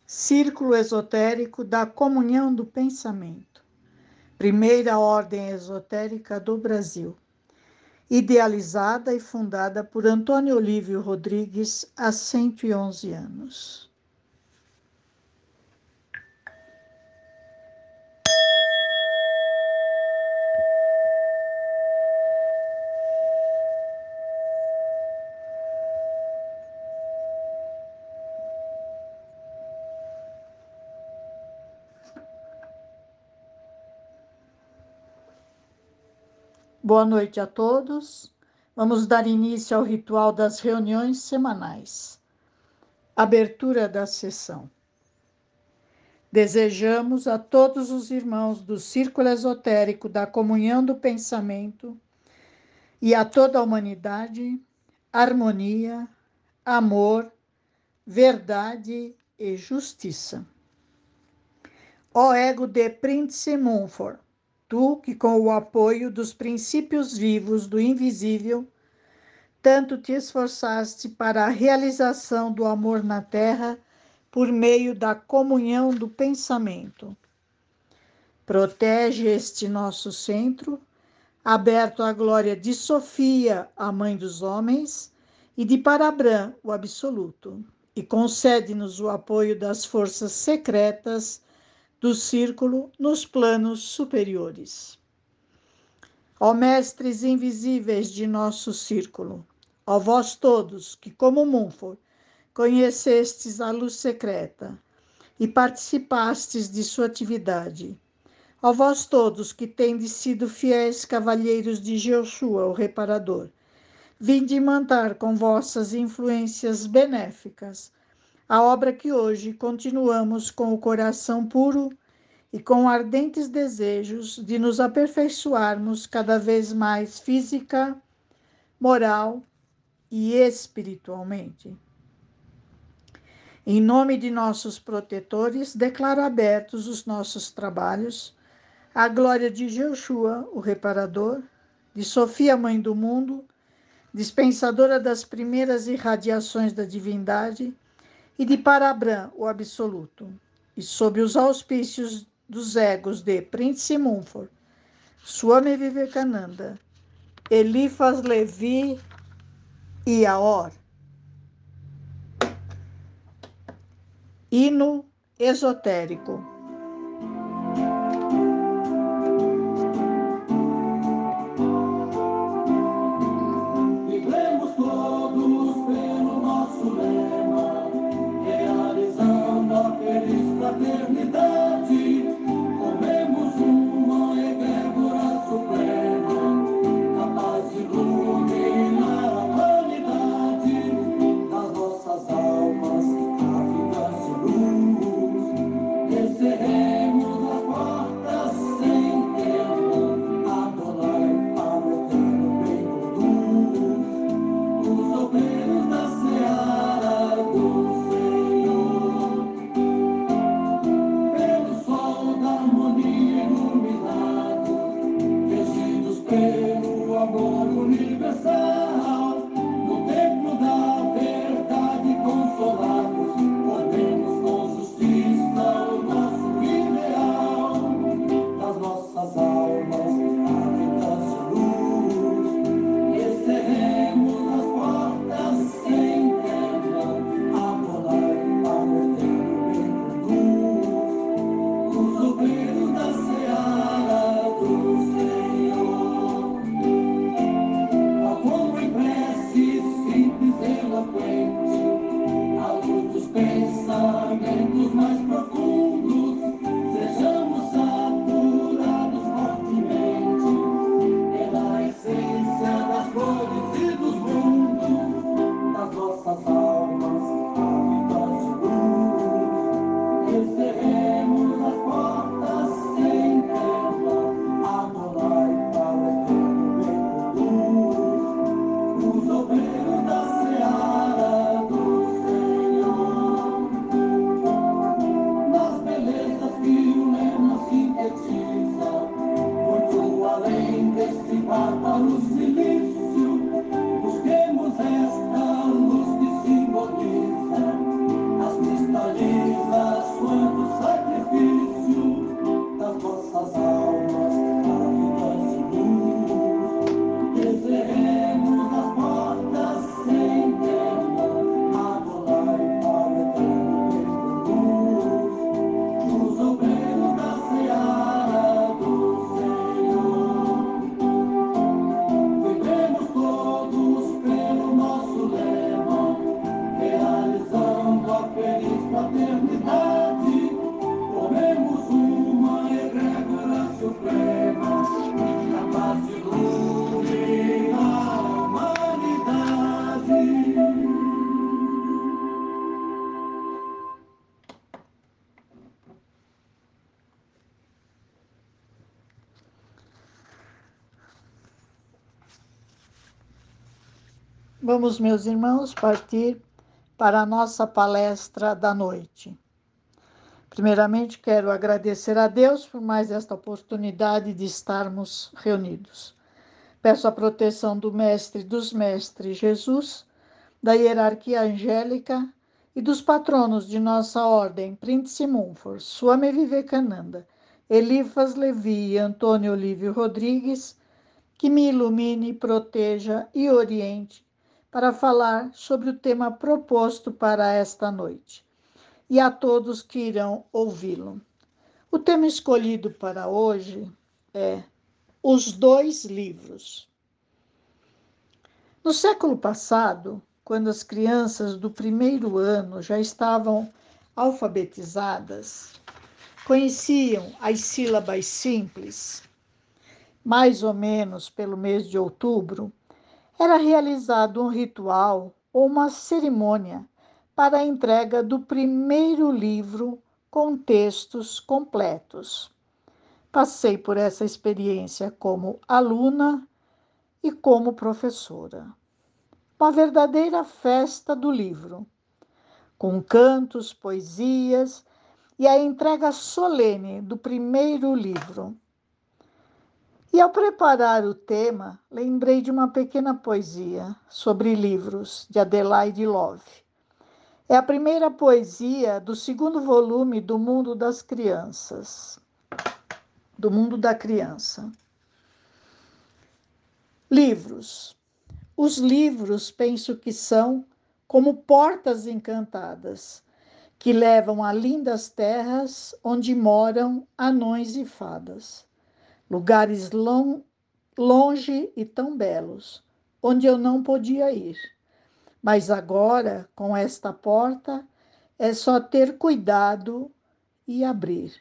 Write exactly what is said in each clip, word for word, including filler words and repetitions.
Círculo Esotérico da Comunhão do Pensamento, primeira ordem esotérica do Brasil, idealizada e fundada por Antônio Olívio Rodrigues há cento e onze anos. Boa noite a todos. Vamos dar início ao ritual das reuniões semanais. Abertura da sessão. Desejamos a todos os irmãos do Círculo Esotérico da Comunhão do Pensamento e a toda a humanidade harmonia, amor, verdade e justiça. Ó ego de Príncipe Montfort, tu que com o apoio dos princípios vivos do invisível, tanto te esforçaste para a realização do amor na terra por meio da comunhão do pensamento. Protege este nosso centro, aberto à glória de Sofia, a Mãe dos Homens, e de Parabrahma, o Absoluto, e concede-nos o apoio das forças secretas do Círculo nos planos superiores. Ó Mestres invisíveis de nosso Círculo, ó vós todos que, como Montfort, conhecestes a luz secreta e participastes de sua atividade, ó vós todos que tendes sido fiéis cavalheiros de Yeshua, o Reparador, vinde manter com vossas influências benéficas a obra que hoje continuamos com o coração puro e com ardentes desejos de nos aperfeiçoarmos cada vez mais física, moral e espiritualmente. Em nome de nossos protetores, declaro abertos os nossos trabalhos, à glória de Yeshua, o Reparador, de Sofia, Mãe do Mundo, dispensadora das primeiras irradiações da divindade, e de Parabrahma, o Absoluto, e sob os auspícios dos egos de Príncipe Montfort, Swami Vivekananda, Eliphas Levi e Aor. Hino esotérico. Vivemos todos pelo nosso lema, realizando a feliz fraternidade. Comemos uma egrégora suprema, capaz de iluminar a humanidade. Das nossas almas, a vida se luz, Vamos, meus irmãos, partir para a nossa palestra da noite. Primeiramente, quero agradecer a Deus por mais esta oportunidade de estarmos reunidos. Peço a proteção do Mestre dos Mestres, Jesus, da hierarquia angélica e dos patronos de nossa ordem, Príncipe Mumford, Swami Vivekananda, Elifas Levi e Antônio Olívio Rodrigues, que me ilumine, proteja e oriente para falar sobre o tema proposto para esta noite, e a todos que irão ouvi-lo. O tema escolhido para hoje é os dois livros. No século passado, quando as crianças do primeiro ano já estavam alfabetizadas, conheciam as sílabas simples, mais ou menos pelo mês de outubro, era realizado um ritual ou uma cerimônia para a entrega do primeiro livro com textos completos. Passei por essa experiência como aluna e como professora. Uma verdadeira festa do livro, com cantos, poesias e a entrega solene do primeiro livro. E ao preparar o tema, lembrei de uma pequena poesia sobre livros, de Adelaide Love. É a primeira poesia do segundo volume do Mundo das Crianças, do Mundo da Criança. Livros. Os livros, penso que são como portas encantadas, que levam a lindas terras onde moram anões e fadas. Lugares long, longe e tão belos, onde eu não podia ir. Mas agora, com esta porta, é só ter cuidado e abrir.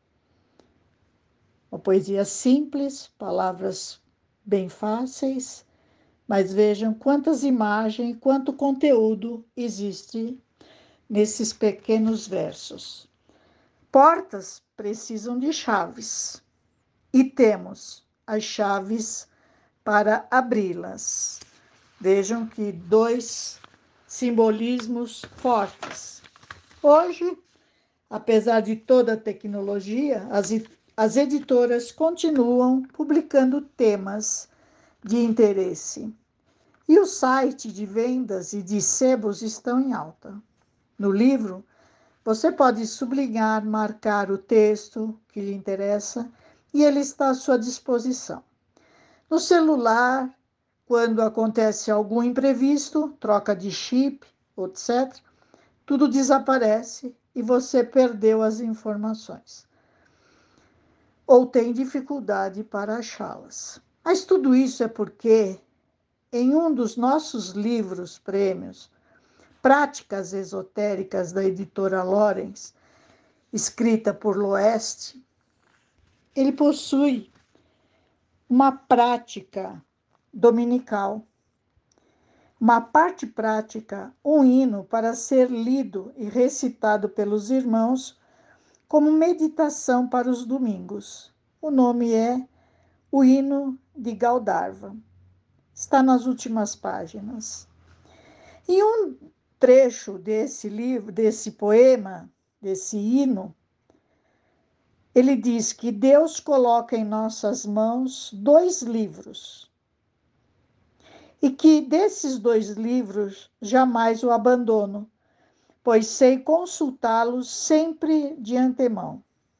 Uma poesia simples, palavras bem fáceis, mas vejam quantas imagens, quanto conteúdo existe nesses pequenos versos. Portas precisam de chaves. E temos as chaves para abri-las. Vejam que dois simbolismos fortes. Hoje, apesar de toda a tecnologia, as, as editoras continuam publicando temas de interesse. E o site de vendas e de sebos estão em alta. No livro, você pode sublinhar, marcar o texto que lhe interessa, e ele está à sua disposição. No celular, quando acontece algum imprevisto, troca de chip, etcétera, tudo desaparece e você perdeu as informações. Ou tem dificuldade para achá-las. Mas tudo isso é porque, em um dos nossos livros prêmios, Práticas Esotéricas, da editora Lorenz, escrita por Loeste, ele possui uma prática dominical, uma parte prática, um hino para ser lido e recitado pelos irmãos como meditação para os domingos. O nome é o hino de Gaudarva. Está nas últimas páginas. E um trecho desse livro, desse poema, desse hino, ele diz que Deus coloca em nossas mãos dois livros e que desses dois livros jamais o abandono, pois sei consultá-los sempre de antemão.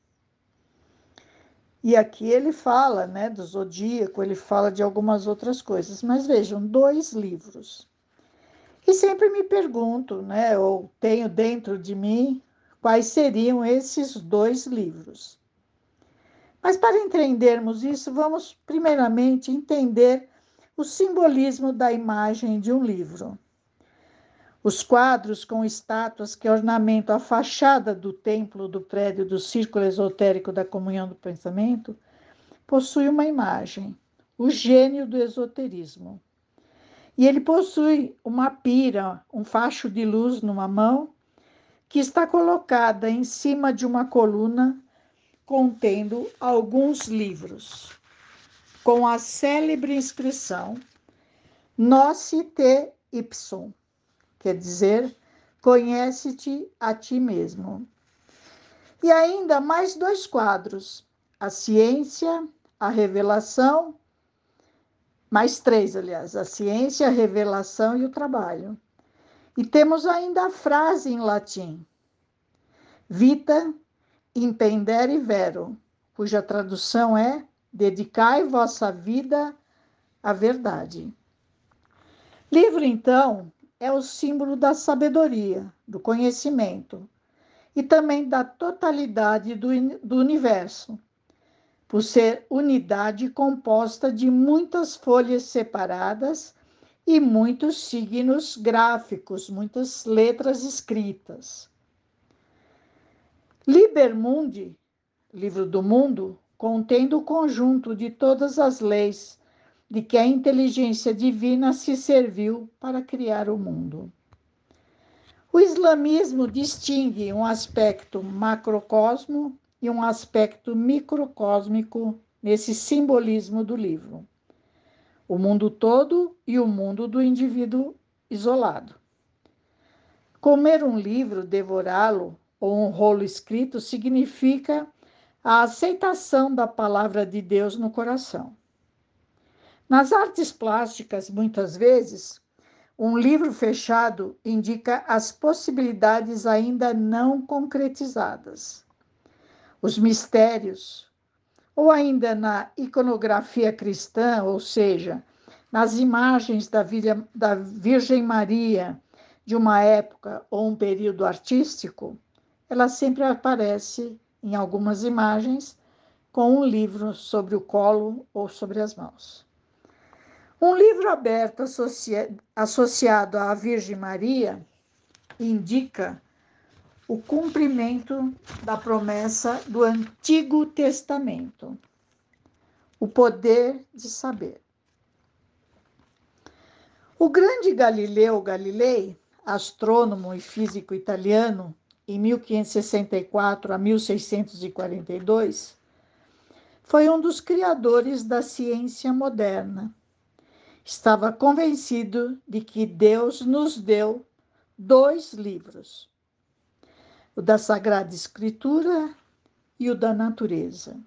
E aqui ele fala, né, do zodíaco, ele fala de algumas outras coisas, mas vejam, dois livros. E sempre me pergunto, né, ou tenho dentro de mim, quais seriam esses dois livros. Mas para entendermos isso, vamos primeiramente entender o simbolismo da imagem de um livro. Os quadros com estátuas que ornamentam a fachada do templo do prédio do Círculo Esotérico da Comunhão do Pensamento possuem uma imagem, o gênio do esoterismo. E ele possui uma pira, um facho de luz numa mão, que está colocada em cima de uma coluna contendo alguns livros, com a célebre inscrição Nocite ipsum, quer dizer, conhece-te a ti mesmo. E ainda mais dois quadros, a ciência, a revelação, mais três, aliás, a ciência, a revelação e o trabalho. E temos ainda a frase em latim, vita impendere vero, cuja tradução é dedicai vossa vida à verdade. Livro, então, é o símbolo da sabedoria, do conhecimento e também da totalidade do, do universo, por ser unidade composta de muitas folhas separadas e muitos signos gráficos, muitas letras escritas. Liber Mundi, livro do mundo, contendo o conjunto de todas as leis de que a inteligência divina se serviu para criar o mundo. O islamismo distingue um aspecto macrocosmo e um aspecto microcósmico nesse simbolismo do livro. O mundo todo e o mundo do indivíduo isolado. Comer um livro, devorá-lo, ou um rolo escrito, significa a aceitação da palavra de Deus no coração. Nas artes plásticas, muitas vezes, um livro fechado indica as possibilidades ainda não concretizadas. Os mistérios, ou ainda na iconografia cristã, ou seja, nas imagens da, Vilha, da Virgem Maria de uma época ou um período artístico, ela sempre aparece em algumas imagens com um livro sobre o colo ou sobre as mãos. Um livro aberto associa, associado à Virgem Maria indica o cumprimento da promessa do Antigo Testamento, o poder de saber. O grande Galileu Galilei, astrônomo e físico italiano, em mil quinhentos e sessenta e quatro a mil seiscentos e quarenta e dois, foi um dos criadores da ciência moderna. Estava convencido de que Deus nos deu dois livros, o da Sagrada Escritura e o da natureza.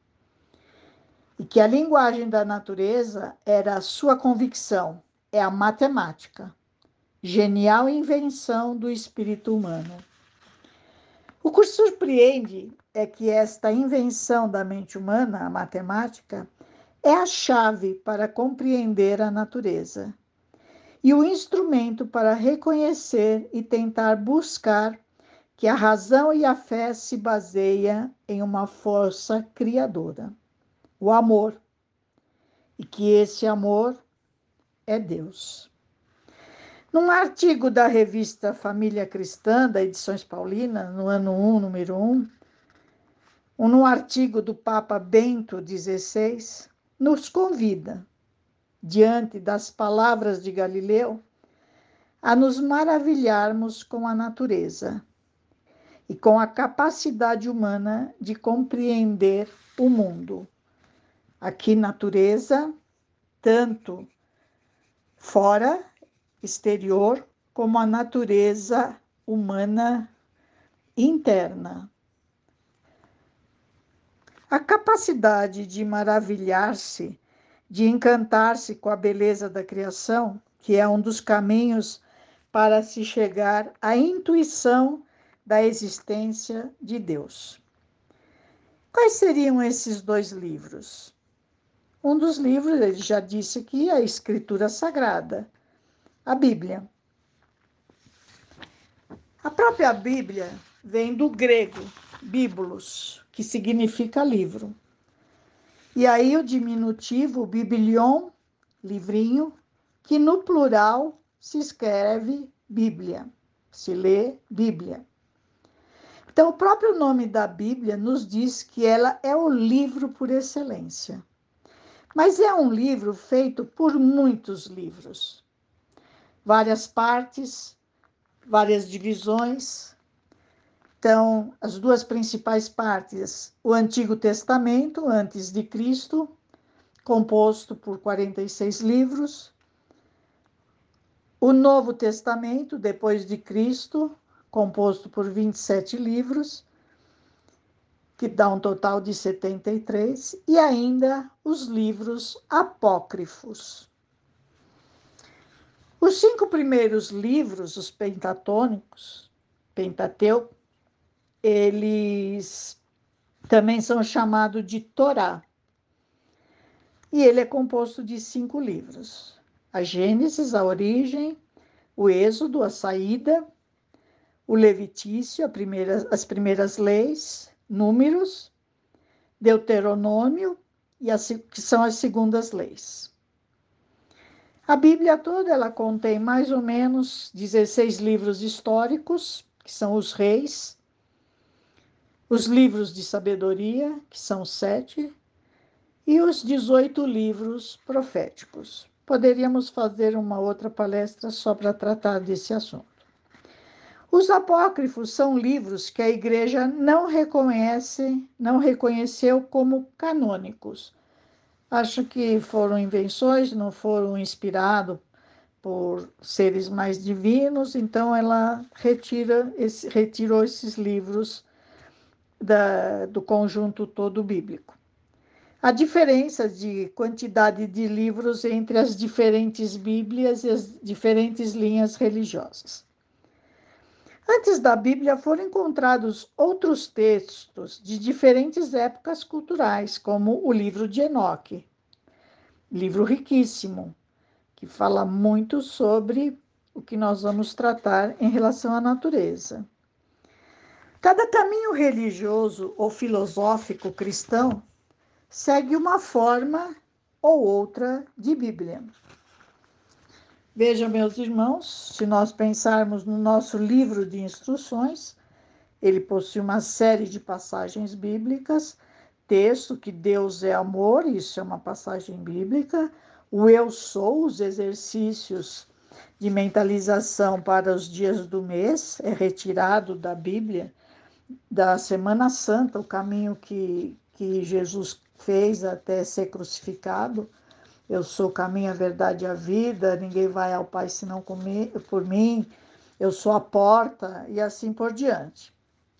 E que a linguagem da natureza era a sua convicção, é a matemática, genial invenção do espírito humano. O que surpreende é que esta invenção da mente humana, a matemática, é a chave para compreender a natureza e o instrumento para reconhecer e tentar buscar que a razão e a fé se baseiam em uma força criadora, o amor, e que esse amor é Deus. Num artigo da revista Família Cristã, da Edições Paulina, no ano um, número um, ou num artigo do Papa Bento dezesseis, nos convida, diante das palavras de Galileu, a nos maravilharmos com a natureza e com a capacidade humana de compreender o mundo. Aqui, natureza, tanto fora, exterior, como a natureza humana interna. A capacidade de maravilhar-se, de encantar-se com a beleza da criação, que é um dos caminhos para se chegar à intuição da existência de Deus. Quais seriam esses dois livros? Um dos livros, ele já disse aqui, é a Escritura Sagrada, a Bíblia. A própria Bíblia vem do grego, bíbulos, que significa livro. E aí o diminutivo, biblion, livrinho, que no plural se escreve Bíblia, se lê Bíblia. Então, o próprio nome da Bíblia nos diz que ela é o livro por excelência. Mas é um livro feito por muitos livros. Várias partes, várias divisões. Então, as duas principais partes, o Antigo Testamento, antes de Cristo, composto por quarenta e seis livros. O Novo Testamento, depois de Cristo, composto por vinte e sete livros, que dá um total de setenta e três, e ainda os livros apócrifos. Os cinco primeiros livros, os pentatônicos, Pentateuco, eles também são chamados de Torá. E ele é composto de cinco livros: a Gênesis, a origem, o Êxodo, a saída, o Levítico, primeira, as primeiras leis, Números, Deuteronômio, e as, que são as segundas leis. A Bíblia toda ela contém mais ou menos dezesseis livros históricos, que são os reis, os livros de sabedoria, que são sete, e os dezoito livros proféticos. Poderíamos fazer uma outra palestra só para tratar desse assunto. Os apócrifos são livros que a igreja não reconhece, não reconheceu como canônicos. Acho que foram invenções, não foram inspirados por seres mais divinos, então ela retira esse, retirou esses livros da, do conjunto todo bíblico. A diferença de quantidade de livros entre as diferentes Bíblias e as diferentes linhas religiosas. Antes da Bíblia foram encontrados outros textos de diferentes épocas culturais, como o livro de Enoque, livro riquíssimo, que fala muito sobre o que nós vamos tratar em relação à natureza. Cada caminho religioso ou filosófico cristão segue uma forma ou outra de Bíblia. Vejam, meus irmãos, se nós pensarmos no nosso livro de instruções, ele possui uma série de passagens bíblicas, texto que Deus é amor, isso é uma passagem bíblica, o eu sou, os exercícios de mentalização para os dias do mês, é retirado da Bíblia, da Semana Santa, o caminho que, que Jesus fez até ser crucificado. Eu sou o caminho, a verdade e a vida, ninguém vai ao Pai senão por mim, eu sou a porta, e assim por diante.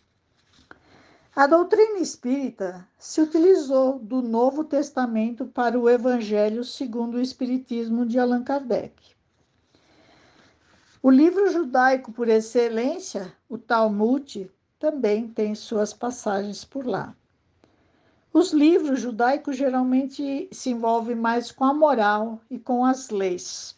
A doutrina espírita se utilizou do Novo Testamento para o Evangelho segundo o Espiritismo de Allan Kardec. O livro judaico por excelência, o Talmud, também tem suas passagens por lá. Os livros judaicos geralmente se envolvem mais com a moral e com as leis.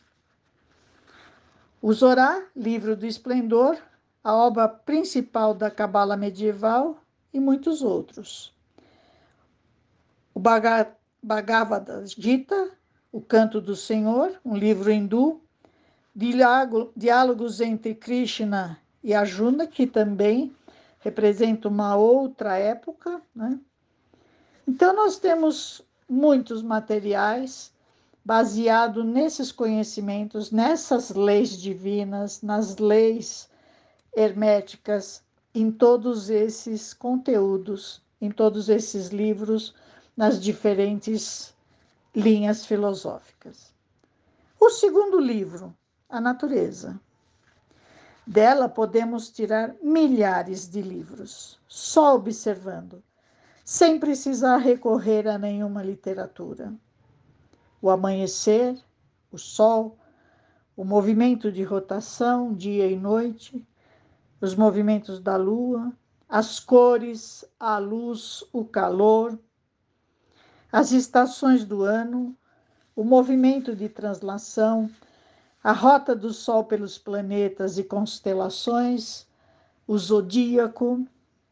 O Zorá, livro do esplendor, a obra principal da Cabala medieval e muitos outros. O Bhagavad Gita, o Canto do Senhor, um livro hindu, diálogos entre Krishna e Arjuna, que também representa uma outra época, né? Então, nós temos muitos materiais baseados nesses conhecimentos, nessas leis divinas, nas leis herméticas, em todos esses conteúdos, em todos esses livros, nas diferentes linhas filosóficas. O segundo livro, a natureza. Dela podemos tirar milhares de livros, só observando, sem precisar recorrer a nenhuma literatura. O amanhecer, o sol, o movimento de rotação, dia e noite, os movimentos da lua, as cores, a luz, o calor, as estações do ano, o movimento de translação, a rota do sol pelos planetas e constelações, o zodíaco,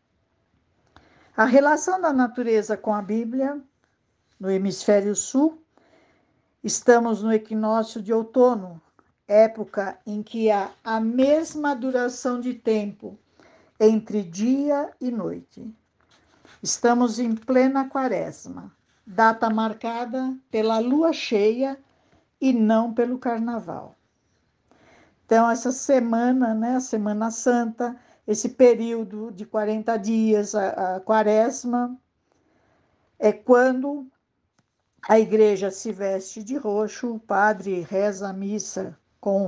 a relação da natureza com a Bíblia. No hemisfério sul, estamos no equinócio de outono, época em que há a mesma duração de tempo entre dia e noite. Estamos em plena quaresma, data marcada pela lua cheia e não pelo carnaval. Então, essa semana, né, a Semana Santa, esse período de quarenta dias, a, a quaresma, é quando a igreja se veste de roxo, o padre reza a missa com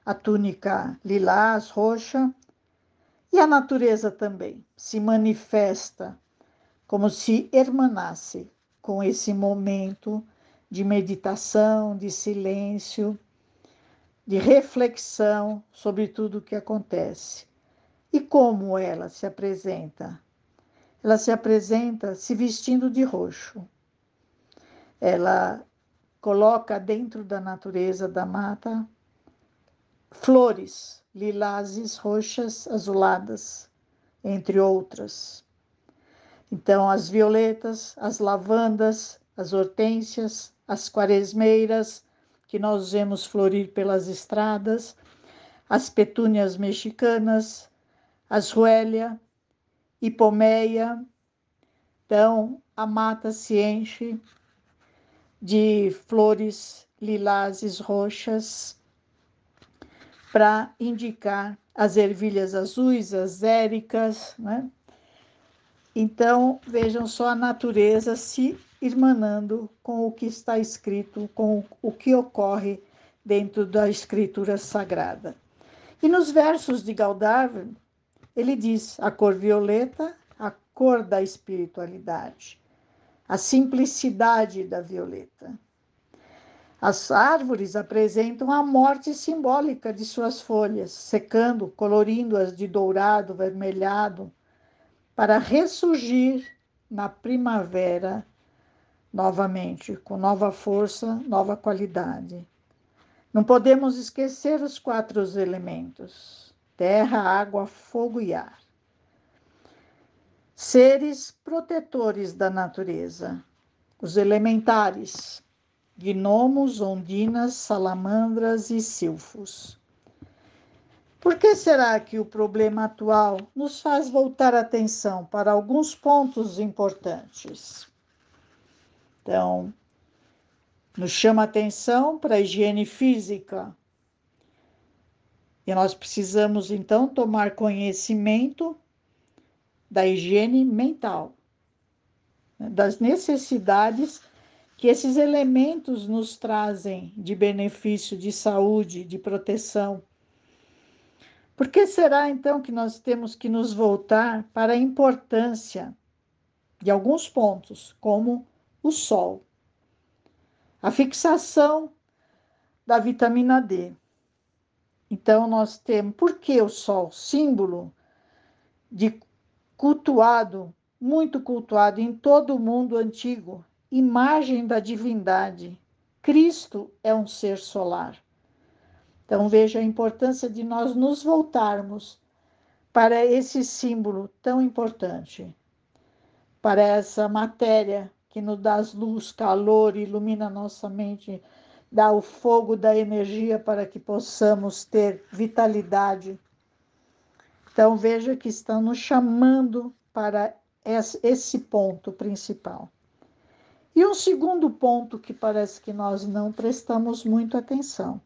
a túnica lilás, roxa, e a natureza também se manifesta como se hermanasse com esse momento de meditação, de silêncio, de reflexão sobre tudo o que acontece. E como ela se apresenta? Ela se apresenta se vestindo de roxo. Ela coloca dentro da natureza da mata flores lilazes, roxas, azuladas, entre outras. Então, as violetas, as lavandas, as hortênsias, as quaresmeiras, que nós vemos florir pelas estradas, as petúnias mexicanas, as ruélia, hipomeia. Então, a mata se enche de flores lilazes roxas para indicar as ervilhas azuis, as éricas, né? Então, vejam só a natureza se irmanando com o que está escrito, com o que ocorre dentro da escritura sagrada. E nos versos de Galdar, ele diz a cor violeta, a cor da espiritualidade, a simplicidade da violeta. As árvores apresentam a morte simbólica de suas folhas, secando, colorindo-as de dourado, vermelhado, para ressurgir na primavera novamente, com nova força, nova qualidade. Não podemos esquecer os quatro elementos: terra, água, fogo e ar. Seres protetores da natureza, os elementares, gnomos, ondinas, salamandras e silfos. Por que será que o problema atual nos faz voltar a atenção para alguns pontos importantes? Então, nos chama a atenção para a higiene física. E nós precisamos, então, tomar conhecimento da higiene mental, das necessidades que esses elementos nos trazem de benefício, de saúde, de proteção. Por que será, então, que nós temos que nos voltar para a importância de alguns pontos, como o sol, a fixação da vitamina D? Então, nós temos, por que o sol? Símbolo de cultuado, muito cultuado em todo o mundo antigo, imagem da divindade. Cristo é um ser solar. Então, veja a importância de nós nos voltarmos para esse símbolo tão importante, para essa matéria que nos dá luz, calor, ilumina nossa mente, dá o fogo da energia para que possamos ter vitalidade. Então, veja que estão nos chamando para esse ponto principal. E um segundo ponto que parece que nós não prestamos muito atenção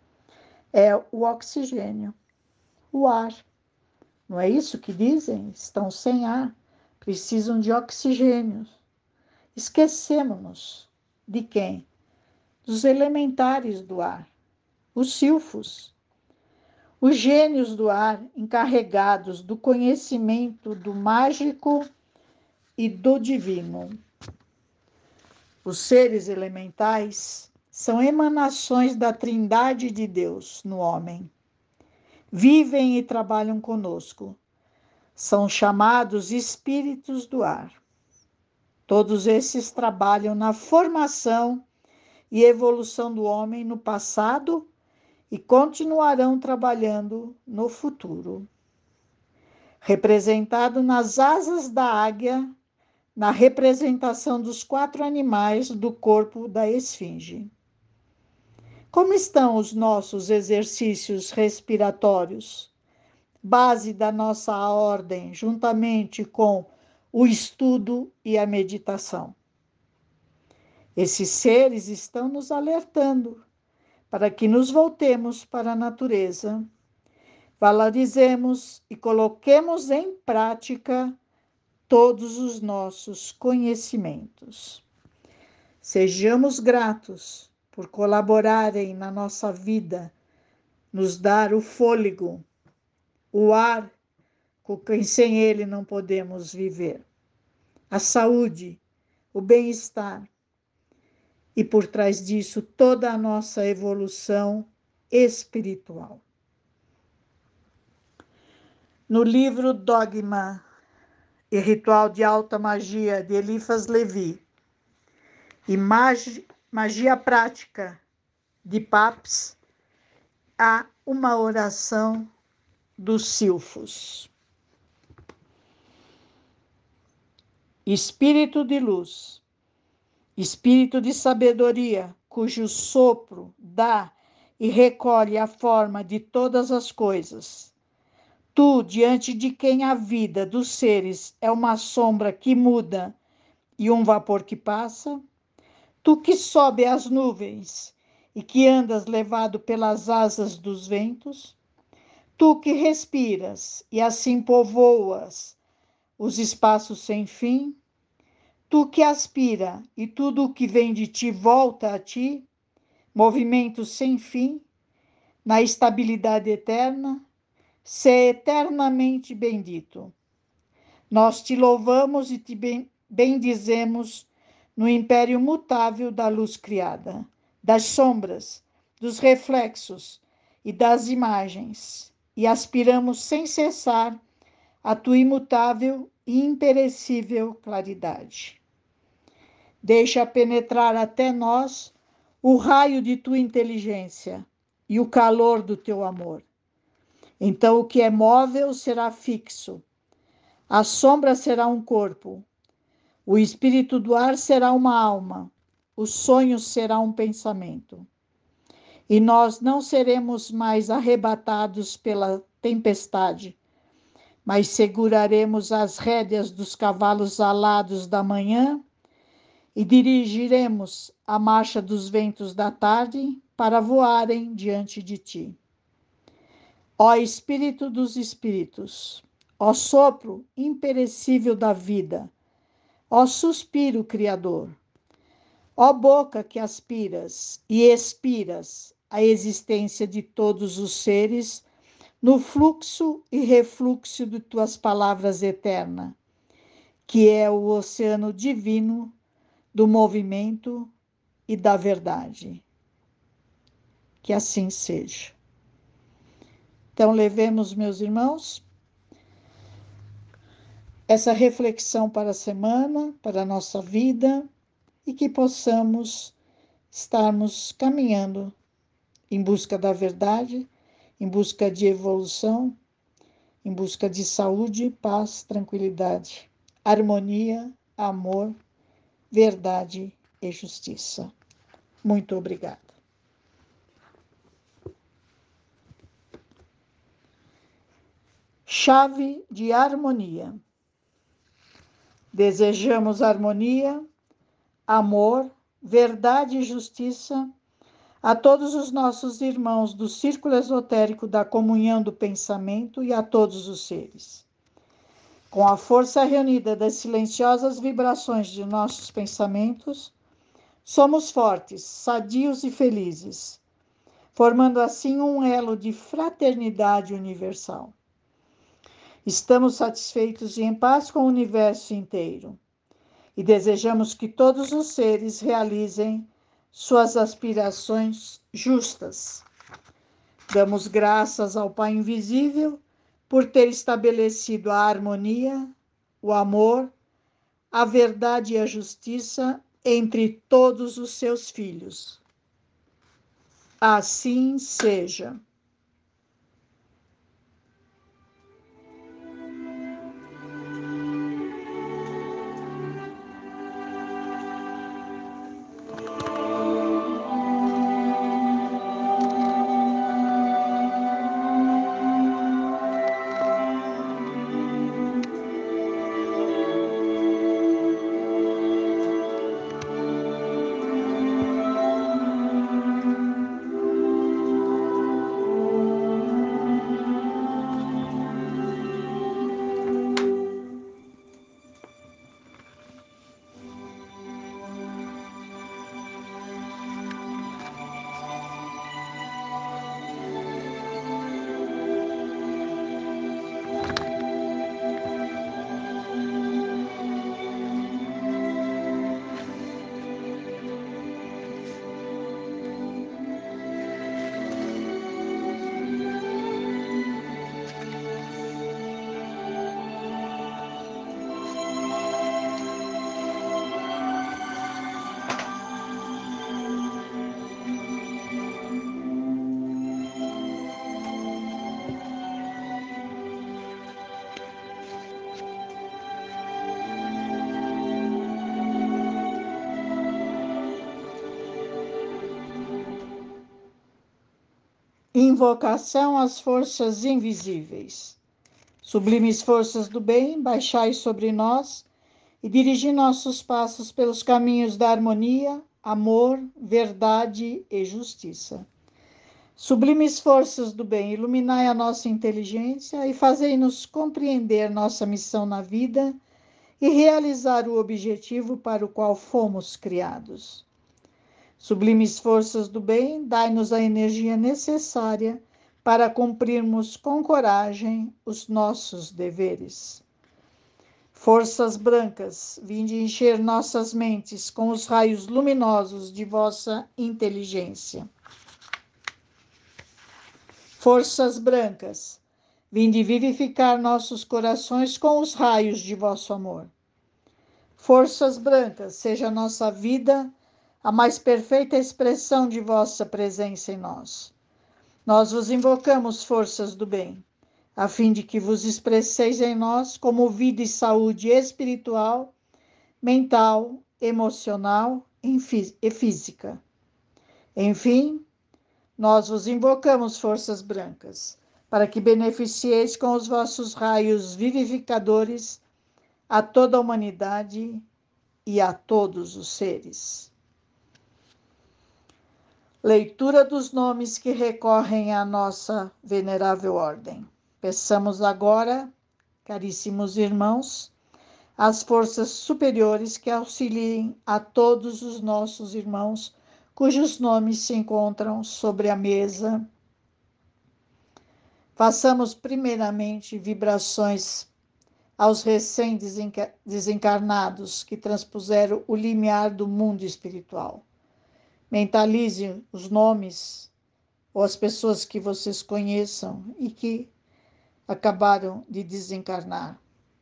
é o oxigênio, o ar. Não é isso que dizem? Estão sem ar, precisam de oxigênio. Esquecemos-nos de quem? Dos elementares do ar, os silfos, os gênios do ar encarregados do conhecimento do mágico e do divino. Os seres elementais são emanações da Trindade de Deus no homem. Vivem e trabalham conosco. São chamados espíritos do ar. Todos esses trabalham na formação e evolução do homem no passado e continuarão trabalhando no futuro. Representado nas asas da águia, na representação dos quatro animais do corpo da esfinge. Como estão os nossos exercícios respiratórios? Base da nossa ordem, juntamente com o estudo e a meditação. Esses seres estão nos alertando para que nos voltemos para a natureza, valorizemos e coloquemos em prática todos os nossos conhecimentos. Sejamos gratos por colaborarem na nossa vida, nos dar o fôlego, o ar com quem sem ele não podemos viver, a saúde, o bem-estar e, por trás disso, toda a nossa evolução espiritual. No livro Dogma e Ritual de Alta Magia, de Eliphas Levi, e Magia, Magia Prática, de Papes, há uma oração dos silfos. Espírito de luz, espírito de sabedoria, cujo sopro dá e recolhe a forma de todas as coisas. Tu, diante de quem a vida dos seres é uma sombra que muda e um vapor que passa, tu que sobe às nuvens e que andas levado pelas asas dos ventos, tu que respiras e assim povoas os espaços sem fim, tu que aspira e tudo o que vem de ti volta a ti, movimento sem fim, na estabilidade eterna, sê eternamente bendito. Nós te louvamos e te bendizemos no império mutável da luz criada, das sombras, dos reflexos e das imagens, e aspiramos sem cessar a tua imutável e imperecível claridade. Deixa penetrar até nós o raio de tua inteligência e o calor do teu amor. Então o que é móvel será fixo, a sombra será um corpo, o espírito do ar será uma alma, o sonho será um pensamento. E nós não seremos mais arrebatados pela tempestade, mas seguraremos as rédeas dos cavalos alados da manhã e dirigiremos a marcha dos ventos da tarde para voarem diante de ti. Ó Espírito dos Espíritos, ó sopro imperecível da vida, ó suspiro criador, ó boca que aspiras e expiras a existência de todos os seres no fluxo e refluxo de tuas palavras eternas, que é o oceano divino do movimento e da verdade. Que assim seja. Então, levemos, meus irmãos, essa reflexão para a semana, para a nossa vida, e que possamos estarmos caminhando em busca da verdade, em busca de evolução, em busca de saúde, paz, tranquilidade, harmonia, amor, verdade e justiça. Muito obrigada. Chave de harmonia. Desejamos harmonia, amor, verdade e justiça a todos os nossos irmãos do círculo esotérico da comunhão do pensamento e a todos os seres. Com a força reunida das silenciosas vibrações de nossos pensamentos, somos fortes, sadios e felizes, formando assim um elo de fraternidade universal. Estamos satisfeitos e em paz com o universo inteiro e desejamos que todos os seres realizem suas aspirações justas. Damos graças ao Pai Invisível por ter estabelecido a harmonia, o amor, a verdade e a justiça entre todos os seus filhos. Assim seja. Invocação às forças invisíveis. Sublimes forças do bem, baixai sobre nós e dirigi nossos passos pelos caminhos da harmonia, amor, verdade e justiça. Sublimes forças do bem, iluminai a nossa inteligência e fazei-nos compreender nossa missão na vida e realizar o objetivo para o qual fomos criados. Sublimes forças do bem, dai-nos a energia necessária para cumprirmos com coragem os nossos deveres. Forças brancas, vinde encher nossas mentes com os raios luminosos de vossa inteligência. Forças brancas, vinde vivificar nossos corações com os raios de vosso amor. Forças brancas, seja a nossa vida a mais perfeita expressão de vossa presença em nós. Nós vos invocamos, forças do bem, a fim de que vos expresseis em nós como vida e saúde espiritual, mental, emocional e física. Enfim, nós vos invocamos, forças brancas, para que beneficieis com os vossos raios vivificadores a toda a humanidade e a todos os seres. Leitura dos nomes que recorrem à nossa venerável ordem. Peçamos agora, caríssimos irmãos, as forças superiores que auxiliem a todos os nossos irmãos cujos nomes se encontram sobre a mesa. Façamos primeiramente vibrações aos recém-desencarnados que transpuseram o limiar do mundo espiritual. Mentalize os nomes ou as pessoas que vocês conheçam e que acabaram de desencarnar.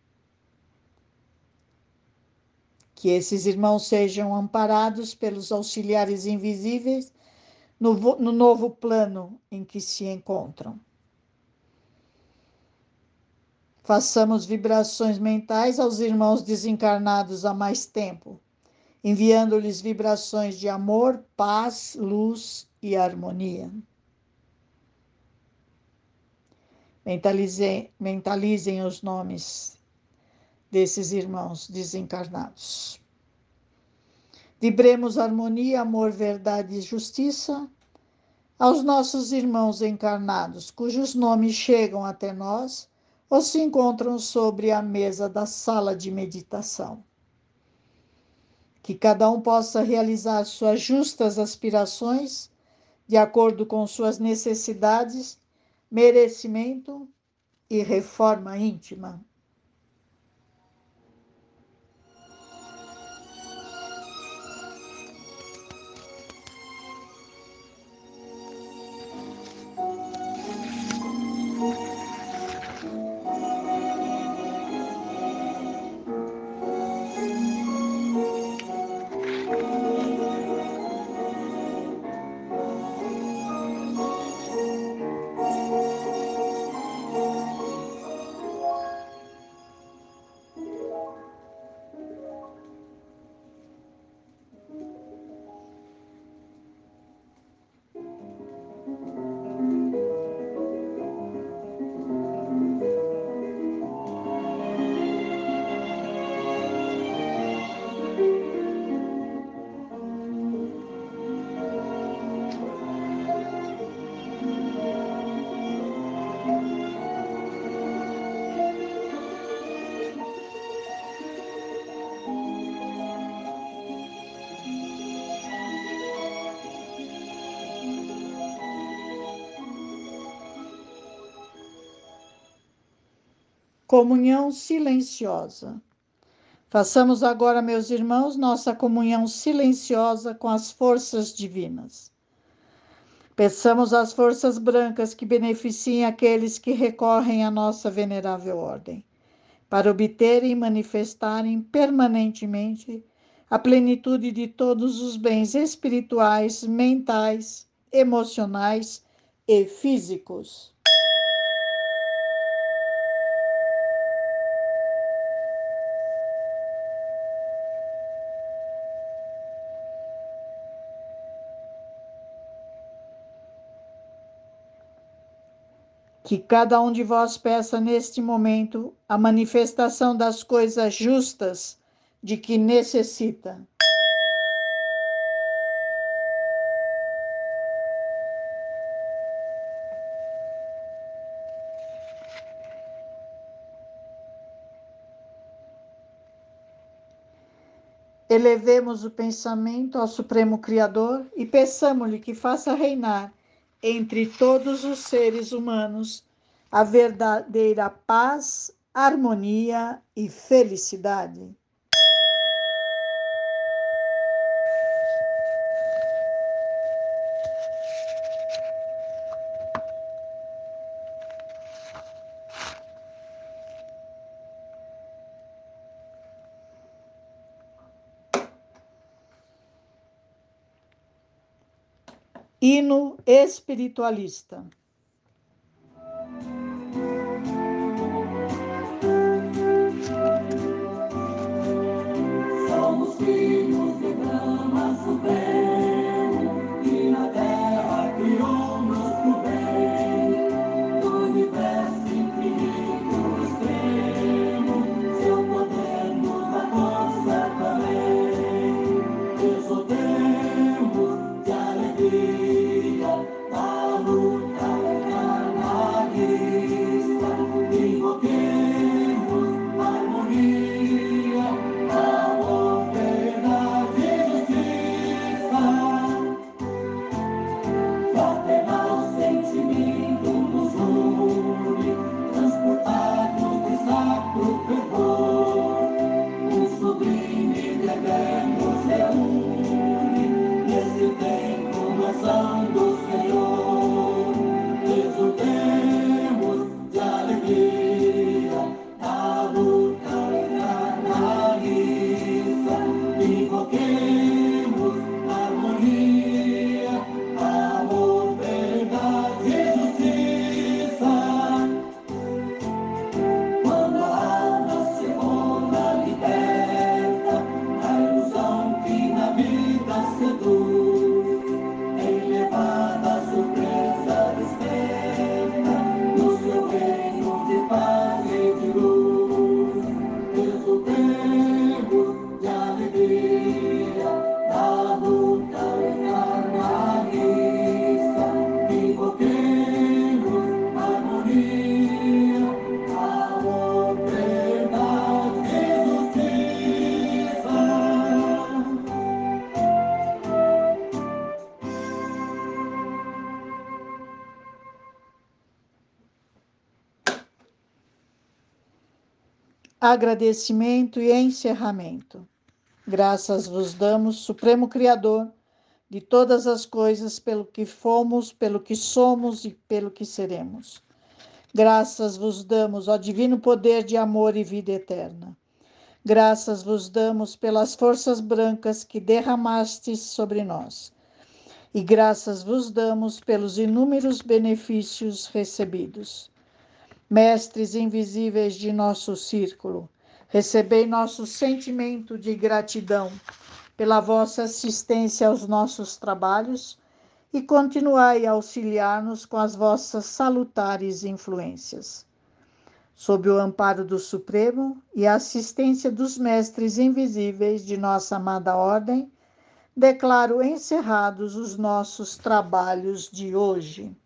Que esses irmãos sejam amparados pelos auxiliares invisíveis no, no novo plano em que se encontram. Façamos vibrações mentais aos irmãos desencarnados há mais tempo, enviando-lhes vibrações de amor, paz, luz e harmonia. Mentalizem, mentalizem os nomes desses irmãos desencarnados. Vibremos harmonia, amor, verdade e justiça aos nossos irmãos encarnados, cujos nomes chegam até nós ou se encontram sobre a mesa da sala de meditação. Que cada um possa realizar suas justas aspirações de acordo com suas necessidades, merecimento e reforma íntima. Comunhão silenciosa. Façamos agora, meus irmãos, nossa comunhão silenciosa com as forças divinas. Peçamos às forças brancas que beneficiem aqueles que recorrem à nossa venerável ordem, para obterem e manifestarem permanentemente a plenitude de todos os bens espirituais, mentais, emocionais e físicos. Que cada um de vós peça neste momento a manifestação das coisas justas de que necessita. Elevemos o pensamento ao Supremo Criador e peçamos-lhe que faça reinar entre todos os seres humanos a verdadeira paz, harmonia e felicidade. Hino espiritualista. Somos filhos de Brahma Supremo, que na terra criou-nos pro bem, do universo infinito extremo, seu poder nos dá força também. Exultemos de alegria da luta carnalista, invoquemos harmonia, amor, verdade e justiça. Fraternal sentimento nos une, transportados de sacro fervor. Um sublime dever nos reúne, nesse tempo mansão do Senhor. Exultemos de alegria da luta carnalista, invoquemos harmonia, amor, verdade e justiça. Quando a alma se encontra liberta da ilusão que na vida seduz, elevada surpresa desperta no seu reino de paz e de luz. Exultemos de alegria da luta carnalista, invoquemos harmonia, amor, verdade e justiça. Agradecimento e encerramento. Graças vos damos, Supremo Criador de todas as coisas, pelo que fomos, pelo que somos e pelo que seremos. Graças vos damos, ó divino poder de amor e vida eterna. Graças vos damos pelas forças brancas que derramastes sobre nós. E graças vos damos pelos inúmeros benefícios recebidos. Mestres invisíveis de nosso círculo, recebei nosso sentimento de gratidão pela vossa assistência aos nossos trabalhos e continuai a auxiliar-nos com as vossas salutares influências. Sob o amparo do Supremo e a assistência dos mestres invisíveis de nossa amada ordem, declaro encerrados os nossos trabalhos de hoje.